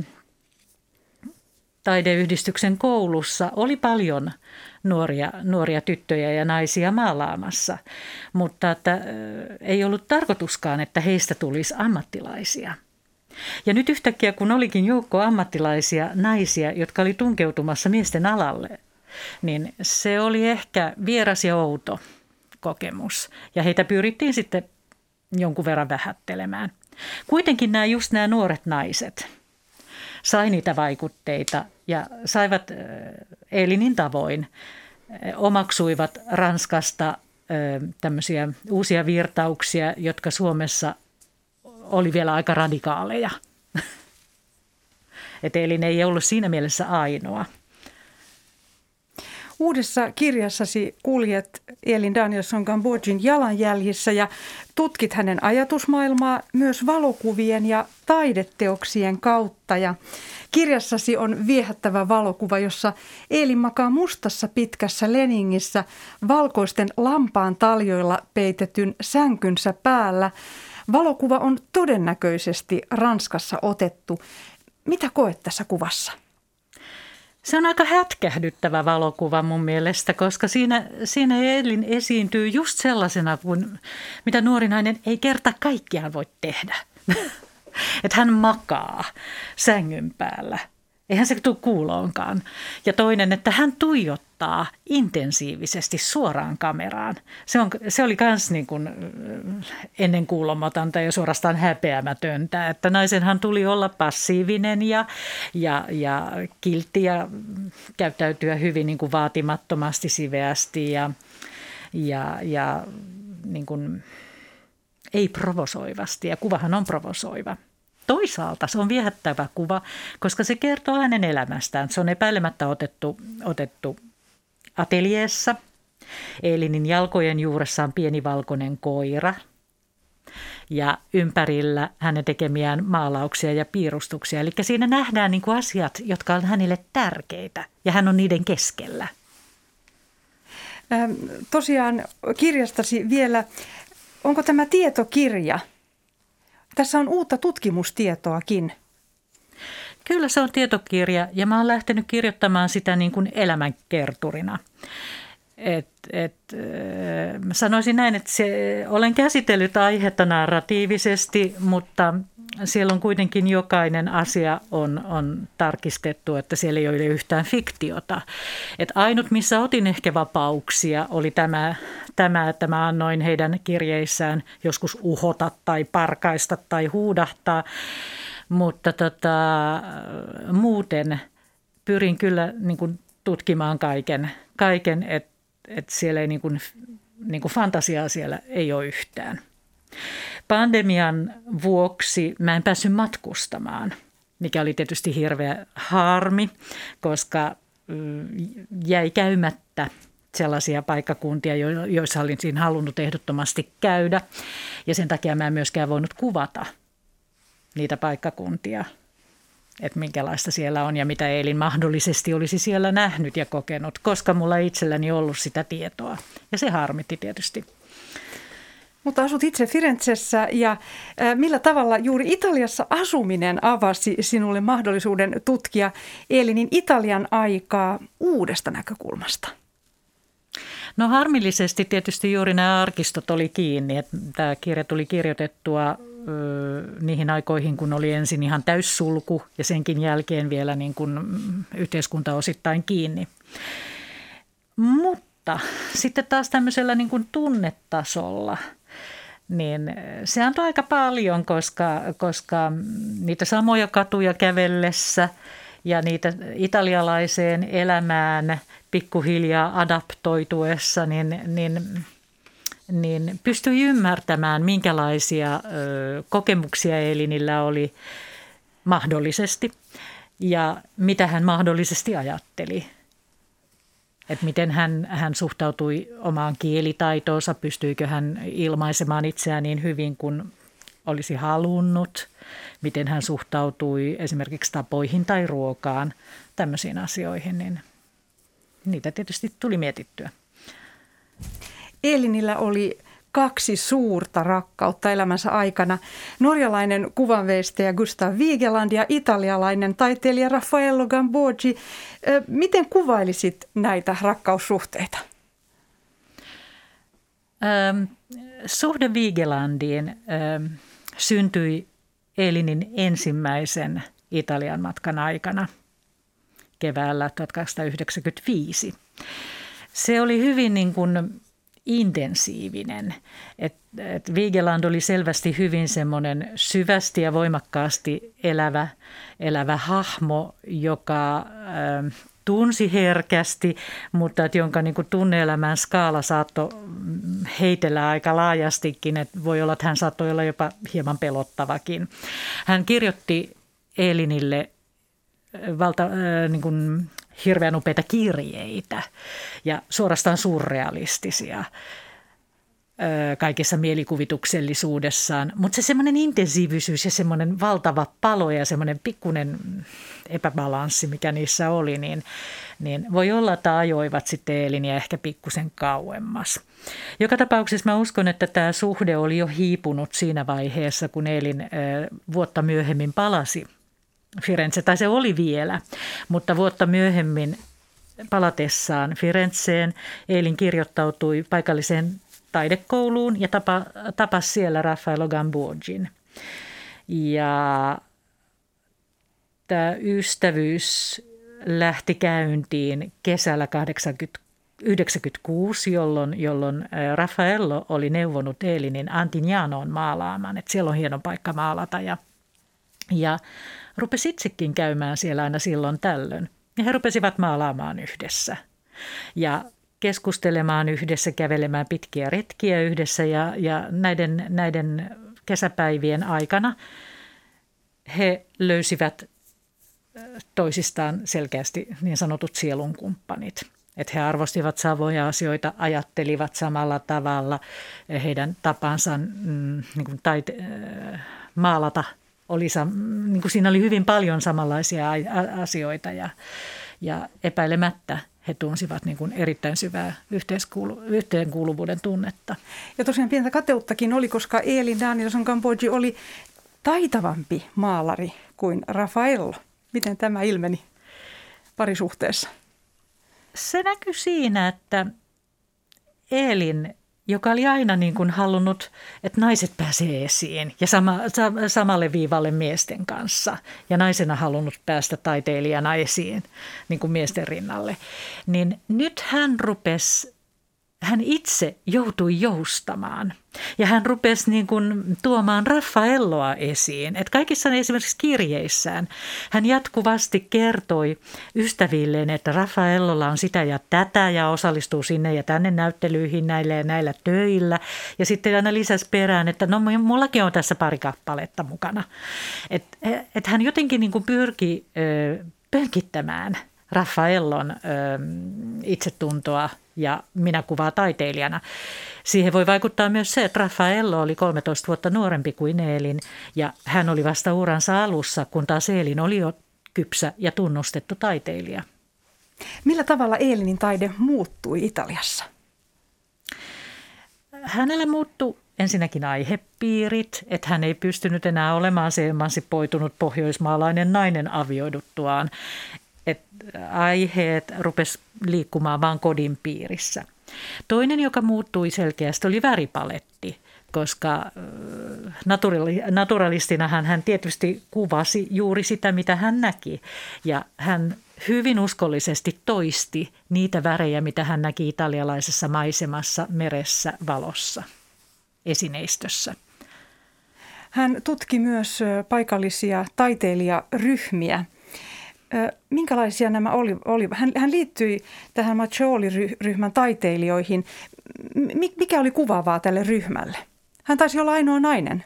taideyhdistyksen koulussa oli paljon nuoria tyttöjä ja naisia maalaamassa, mutta että ei ollut tarkoituskaan, että heistä tulisi ammattilaisia. Ja nyt yhtäkkiä, kun olikin joukko ammattilaisia naisia, jotka oli tunkeutumassa miesten alalle, niin se oli ehkä vieras ja outo kokemus. Ja heitä pyrittiin sitten jonkun verran vähättelemään. Kuitenkin nämä nuoret naiset sai niitä vaikutteita ja saivat Eelinin tavoin, omaksuivat Ranskasta tämmöisiä uusia virtauksia, jotka Suomessa oli vielä aika radikaaleja. Eelin ei ollut siinä mielessä ainoa. Uudessa kirjassasi kuljet Elin Danielsson-Gambodgin jalanjäljissä ja tutkit hänen ajatusmaailmaa myös valokuvien ja taideteoksien kautta. Ja kirjassasi on viehättävä valokuva, jossa Elin makaa mustassa pitkässä leningissä valkoisten lampaan taljoilla peitetyn sänkynsä päällä. Valokuva on todennäköisesti Ranskassa otettu. Mitä koet tässä kuvassa? Se on aika hätkähdyttävä valokuva mun mielestä, koska siinä Elin esiintyy just sellaisena, mitä nuori nainen ei kerta kaikkiaan voi tehdä. Että hän makaa sängyn päällä. Eihän se tule kuuloonkaan. Ja toinen, että hän tuijottaa intensiivisesti suoraan kameraan. Se oli myös niin kuin ennenkuulumatonta ja suorastaan häpeämätöntä, että naisenhan tuli olla passiivinen ja kiltti ja käyttäytyä hyvin niin kuin vaatimattomasti, siveästi ja niin kuin ei provosoivasti. Ja kuvahan on provosoiva. Toisaalta se on viehättävä kuva, koska se kertoo hänen elämästään. Se on epäilemättä otettu ateljeessa. Elinin jalkojen juuressa on pieni valkoinen koira ja ympärillä hänen tekemiään maalauksia ja piirustuksia. Eli siinä nähdään niin kuin asiat, jotka on hänelle tärkeitä ja hän on niiden keskellä. Tosiaan kirjastasi vielä, onko tämä tietokirja? Tässä on uutta tutkimustietoakin. Kyllä se on tietokirja ja mä oon lähtenyt kirjoittamaan sitä niin kuin elämänkerturina. Mä sanoisin näin, että olen käsitellyt aihetta narratiivisesti, mutta siellä on kuitenkin jokainen asia on tarkistettu, että siellä ei ole yhtään fiktiota. Et ainut, missä otin ehkä vapauksia, oli tämä, että mä annoin heidän kirjeissään joskus uhota tai parkaista tai huudahtaa, mutta muuten pyrin kyllä niin kuin tutkimaan kaiken että siellä ei niin kuin fantasiaa siellä ei ole yhtään. Pandemian vuoksi mä en päässyt matkustamaan, mikä oli tietysti hirveä harmi, koska jäi käymättä sellaisia paikkakuntia, joissa olisin halunnut ehdottomasti käydä. Ja sen takia mä en myöskään voinut kuvata niitä paikkakuntia, että minkälaista siellä on ja mitä Elin mahdollisesti olisi siellä nähnyt ja kokenut, koska mulla ei itselläni ollut sitä tietoa. Ja se harmitti tietysti. Mutta asut itse Firenzessä ja millä tavalla juuri Italiassa asuminen avasi sinulle mahdollisuuden tutkia Elinin Italian aikaa uudesta näkökulmasta? No harmillisesti tietysti juuri nämä arkistot oli kiinni, että tämä kirja tuli kirjoitettua niihin aikoihin, kun oli ensin ihan täyssulku ja senkin jälkeen vielä niin kuin yhteiskunta osittain kiinni. Mutta sitten taas tämmöisellä niin kuin tunnetasolla, niin se antoi aika paljon, koska niitä samoja katuja kävellessä ja niitä italialaiseen elämään pikkuhiljaa adaptoituessa, niin pystyi ymmärtämään, minkälaisia kokemuksia Elinillä oli mahdollisesti ja mitä hän mahdollisesti ajatteli. Että miten hän suhtautui omaan kielitaitoonsa, pystyykö hän ilmaisemaan itseään niin hyvin kuin olisi halunnut, miten hän suhtautui esimerkiksi tapoihin tai ruokaan, tämmöisiin asioihin, niin niitä tietysti tuli mietittyä. Elinillä oli 2 suurta rakkautta elämänsä aikana. Norjalainen kuvanveistäjä Gustav Vigeland ja italialainen taiteilija Raffaello Gambogi. Miten kuvailisit näitä rakkaussuhteita? Suhde Vigelandiin syntyi Elinin ensimmäisen Italian matkan aikana keväällä 1895. Se oli hyvin niin kuin intensiivinen. Et Vigeland oli selvästi hyvin semmoinen syvästi ja voimakkaasti elävä hahmo, joka tunsi herkästi, mutta jonka niin kuin tunne-elämän skaala saattoi heitellä aika laajastikin. Et voi olla, että hän saattoi olla jopa hieman pelottavakin. Hän kirjoitti Elinille niin kuin hirveän upeita kirjeitä ja suorastaan surrealistisia kaikessa mielikuvituksellisuudessaan. Mutta se semmoinen intensiivisyys ja semmoinen valtava palo ja semmoinen pikkuinen epäbalanssi, mikä niissä oli, niin voi olla, että ajoivat sitten Elinia ehkä pikkusen kauemmas. Joka tapauksessa mä uskon, että tämä suhde oli jo hiipunut siinä vaiheessa, kun Elin vuotta myöhemmin palasi Firenze, tai se oli vielä, mutta vuotta myöhemmin palatessaan Firenzeen Elin kirjoittautui paikalliseen taidekouluun ja tapasi siellä Raffaello Gambogin. Ja tämä ystävyys lähti käyntiin kesällä 1996, jolloin Raffaello oli neuvonut Elinin Antignanoon maalaamaan, että siellä on hieno paikka maalata ja rupesi itsekin käymään siellä aina silloin tällöin. Ja he rupesivat maalaamaan yhdessä ja keskustelemaan yhdessä, kävelemään pitkiä retkiä yhdessä ja näiden kesäpäivien aikana he löysivät toisistaan selkeästi niin sanotut sielunkumppanit. Että he arvostivat samoja asioita, ajattelivat samalla tavalla, heidän tapansa niin kuin maalata niin kuin siinä oli hyvin paljon samanlaisia asioita ja epäilemättä he tunsivat niin kuin erittäin syvää yhteenkuuluvuuden tunnetta. Ja tosiaan pientä kateuttakin oli, koska Elin Danielson Gambogi oli taitavampi maalari kuin Raffaello. Miten tämä ilmeni parisuhteessa? Se näkyi siinä, että Elin, joka oli aina niin kuin halunnut, että naiset pääsee esiin ja samalle viivalle miesten kanssa ja naisena halunnut päästä taiteilijana esiin niin kuin miesten rinnalle, niin nyt hän itse joutui joustamaan ja hän rupesi niin kuin tuomaan Raffaelloa esiin. Että kaikissa esimerkiksi kirjeissään hän jatkuvasti kertoi ystävilleen, että Raffaellolla on sitä ja tätä ja osallistuu sinne ja tänne näyttelyihin näillä ja näillä töillä. Ja sitten aina lisäsi perään, että no mullakin on tässä pari kappaletta mukana. Että hän jotenkin niin kuin pyrki pönkittämään Raffaellon itsetuntoa ja minäkuvaa taiteilijana. Siihen voi vaikuttaa myös se, että Raffaello oli 13 vuotta nuorempi kuin Elin ja hän oli vasta uransa alussa, kun taas Elin oli jo kypsä ja tunnustettu taiteilija. Millä tavalla Elinin taide muuttui Italiassa? Hänellä muuttui ensinnäkin aihepiirit, että hän ei pystynyt enää olemaan se emansipoitunut pohjoismaalainen nainen avioiduttuaan. Että aiheet rupesi liikkumaan vain kodin piirissä. Toinen, joka muuttui selkeästi, oli väripaletti, koska naturalistinahan hän tietysti kuvasi juuri sitä, mitä hän näki. Ja hän hyvin uskollisesti toisti niitä värejä, mitä hän näki italialaisessa maisemassa, meressä, valossa, esineistössä. Hän tutki myös paikallisia taiteilijaryhmiä. Minkälaisia nämä oli? Hän liittyi tähän Maccioli-ryhmän taiteilijoihin. Mikä oli kuvaavaa tälle ryhmälle? Hän taisi olla ainoa nainen.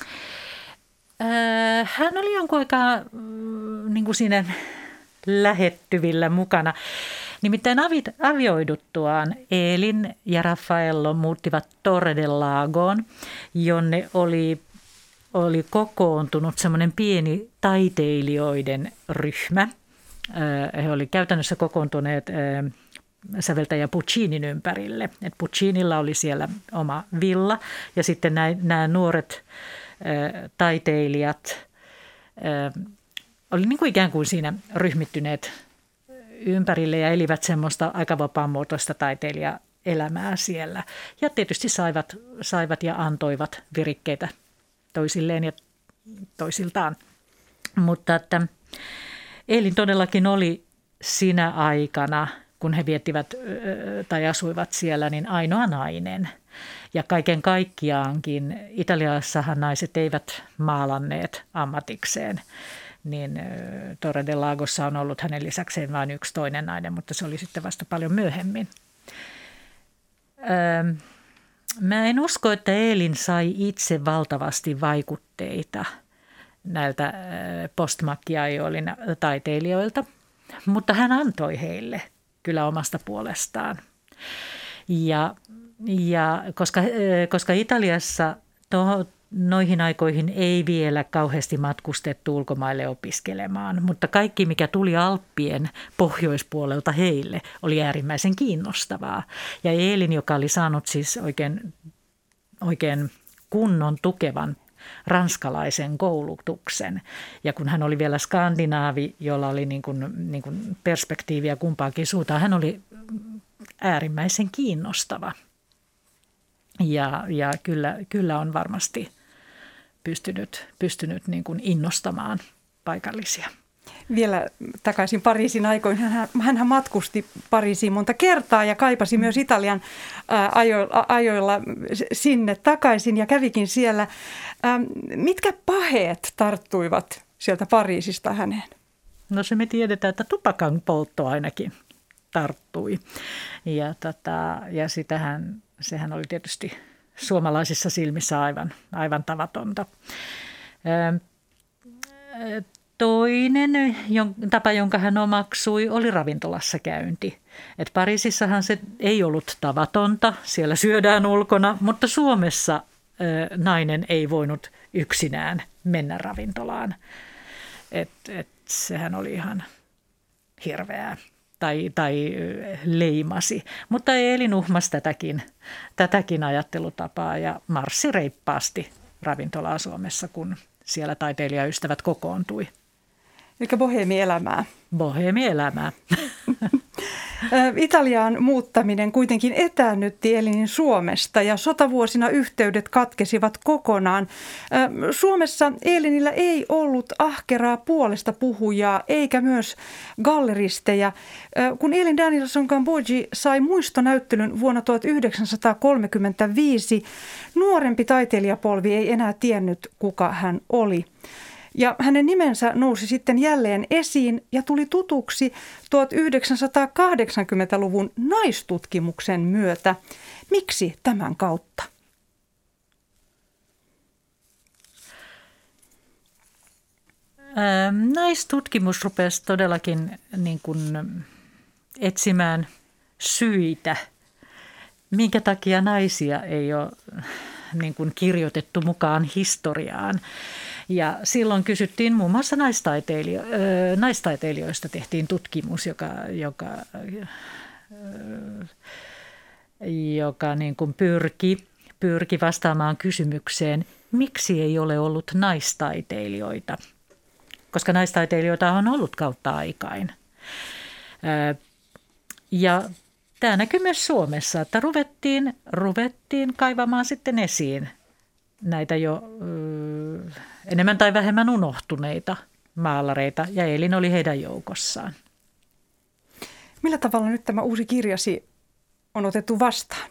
Hän oli jonkun aikaa niin kuin siinä lähettyvillä mukana. Nimittäin avioiduttuaan Elin ja Raffaello muuttivat Torre del Lagoon, jonne oli kokoontunut semmoinen pieni taiteilijoiden ryhmä. He olivat käytännössä kokoontuneet säveltäjä Puccinin ympärille. Et Puccinilla oli siellä oma villa ja sitten nämä nuoret taiteilijat oli niin kuin ikään kuin siinä ryhmittyneet ympärille ja elivät semmoista aika vapaanmuotoista taiteilijaelämää siellä. Ja tietysti saivat ja antoivat virikkeitä toisilleen ja toisiltaan. Mutta että Elin todellakin oli sinä aikana, kun he viettivät tai asuivat siellä, niin ainoa nainen. Ja kaiken kaikkiaankin Italiassahan naiset eivät maalanneet ammatikseen. Niin Torre del Lagossa on ollut hänen lisäkseen vain yksi toinen nainen, mutta se oli sitten vasta paljon myöhemmin. Mä en usko, että Elin sai itse valtavasti vaikutteita näiltä post-Macchiaiolin taiteilijoilta, mutta hän antoi heille kyllä omasta puolestaan. Ja koska Italiassa noihin aikoihin ei vielä kauheasti matkustettu ulkomaille opiskelemaan, mutta kaikki, mikä tuli Alppien pohjoispuolelta heille, oli äärimmäisen kiinnostavaa. Ja Elin, joka oli saanut siis oikein kunnon tukevan ranskalaisen koulutuksen, ja kun hän oli vielä skandinaavi, jolla oli niin kuin perspektiiviä kumpaakin suuntaan, hän oli äärimmäisen kiinnostava. Ja kyllä on varmasti pystynyt niin kuin innostamaan paikallisia. Vielä takaisin Pariisin aikoihin. Hänhän matkusti Pariisiin monta kertaa ja kaipasi myös Italian ajoilla sinne takaisin ja kävikin siellä. Mitkä paheet tarttuivat sieltä Pariisista häneen? No se me tiedetään, että tupakan poltto ainakin tarttui. Ja sehän oli tietysti suomalaisissa silmissä aivan tavatonta. Toinen tapa, jonka hän omaksui, oli ravintolassa käynti. Et Pariisissahan se ei ollut tavatonta, siellä syödään ulkona, mutta Suomessa nainen ei voinut yksinään mennä ravintolaan. Sehän oli ihan hirveää. Tai leimasi. Mutta Elin uhmasi tätäkin ajattelutapaa ja marssi reippaasti ravintolaa Suomessa, kun siellä taiteilijaystävät kokoontui. Eli boheemielämää. Boheemielämää. Italiaan muuttaminen kuitenkin etäännytti Elinin Suomesta ja sotavuosina yhteydet katkesivat kokonaan. Suomessa Elinillä ei ollut ahkeraa puolesta puhujaa eikä myös galleristeja. Kun Elin Danielson Gambogi sai muistonäyttelyn vuonna 1935, nuorempi taiteilijapolvi ei enää tiennyt, kuka hän oli. Ja hänen nimensä nousi sitten jälleen esiin ja tuli tutuksi 1980-luvun naistutkimuksen myötä. Miksi tämän kautta? Naistutkimus rupesi todellakin niin kuin etsimään syitä, minkä takia naisia ei ole niin kuin kirjoitettu mukaan historiaan. Ja silloin kysyttiin muun muassa naistaiteilijoista tehtiin tutkimus, joka niin kuin pyrki vastaamaan kysymykseen, miksi ei ole ollut naistaiteilijoita, koska naistaiteilijoita on ollut kautta aikain. Ja tämä näkyy myös Suomessa, että ruvettiin kaivamaan sitten esiin näitä jo enemmän tai vähemmän unohtuneita maalareita, ja Eelin oli heidän joukossaan. Millä tavalla nyt tämä uusi kirjasi on otettu vastaan?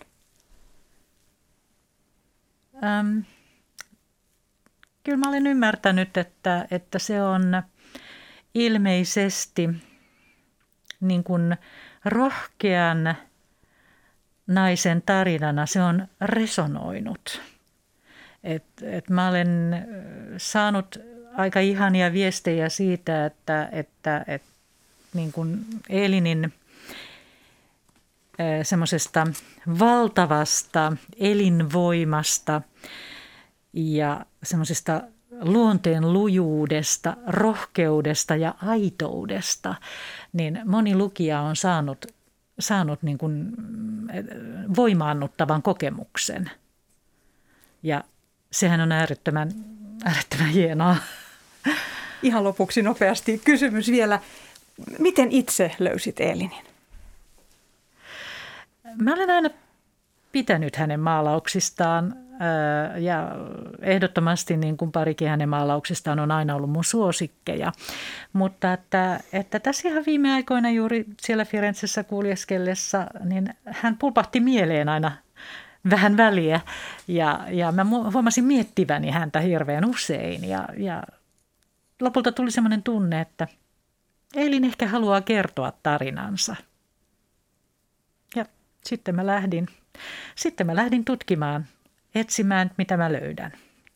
Kyllä mä olen ymmärtänyt, että se on ilmeisesti niin kuin rohkean naisen tarinana, se on resonoinut. Mä olen saanut aika ihania viestejä siitä, että niin kuin Eelinin semmoisesta valtavasta elinvoimasta ja semmoisesta luonteen lujuudesta, rohkeudesta ja aitoudesta, niin moni lukija on saanut niin kuin voimaannuttavan kokemuksen. Ja sehän on äärettömän hienoa. Ihan lopuksi nopeasti kysymys vielä. Miten itse löysit Eelinin? Mä olen aina pitänyt hänen maalauksistaan ja ehdottomasti niin kuin parikin hänen maalauksistaan on aina ollut mun suosikkeja. Mutta että tässä ihan viime aikoina juuri siellä Firenzessä kuljeskellessa, niin hän pulpahti mieleen aina vähän väliä ja mä huomasin miettiväni häntä hirveän usein ja lopulta tuli semmoinen tunne, että Eelin ehkä haluaa kertoa tarinansa. Ja sitten mä lähdin tutkimaan, etsimään, mitä mä löydän.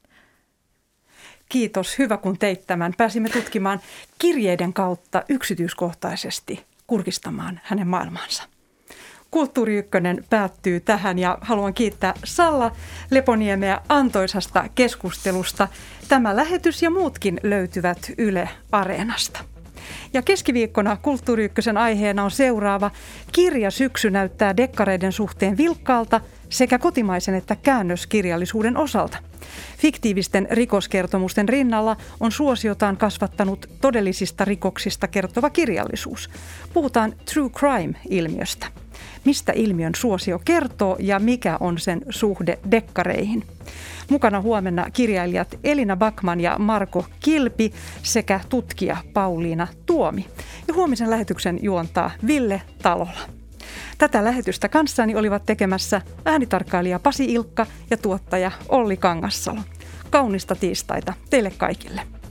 Kiitos, hyvä kun teit tämän. Pääsimme tutkimaan kirjeiden kautta yksityiskohtaisesti kurkistamaan hänen maailmaansa. Kulttuuri Ykkönen päättyy tähän ja haluan kiittää Salla Leponiemeä antoisasta keskustelusta. Tämä lähetys ja muutkin löytyvät Yle Areenasta. Ja keskiviikkona Kulttuuri Ykkösen aiheena on seuraava. Kirjasyksy näyttää dekkareiden suhteen vilkkaalta sekä kotimaisen että käännöskirjallisuuden osalta. Fiktiivisten rikoskertomusten rinnalla on suosiotaan kasvattanut todellisista rikoksista kertova kirjallisuus. Puhutaan true crime-ilmiöstä. Mistä ilmiön suosio kertoo ja mikä on sen suhde dekkareihin? Mukana huomenna kirjailijat Elina Backman ja Marko Kilpi sekä tutkija Pauliina Tuomi. Ja huomisen lähetyksen juontaa Ville Talola. Tätä lähetystä kanssani olivat tekemässä äänitarkkailija Pasi Ilkka ja tuottaja Olli Kangassalo. Kaunista tiistaita teille kaikille.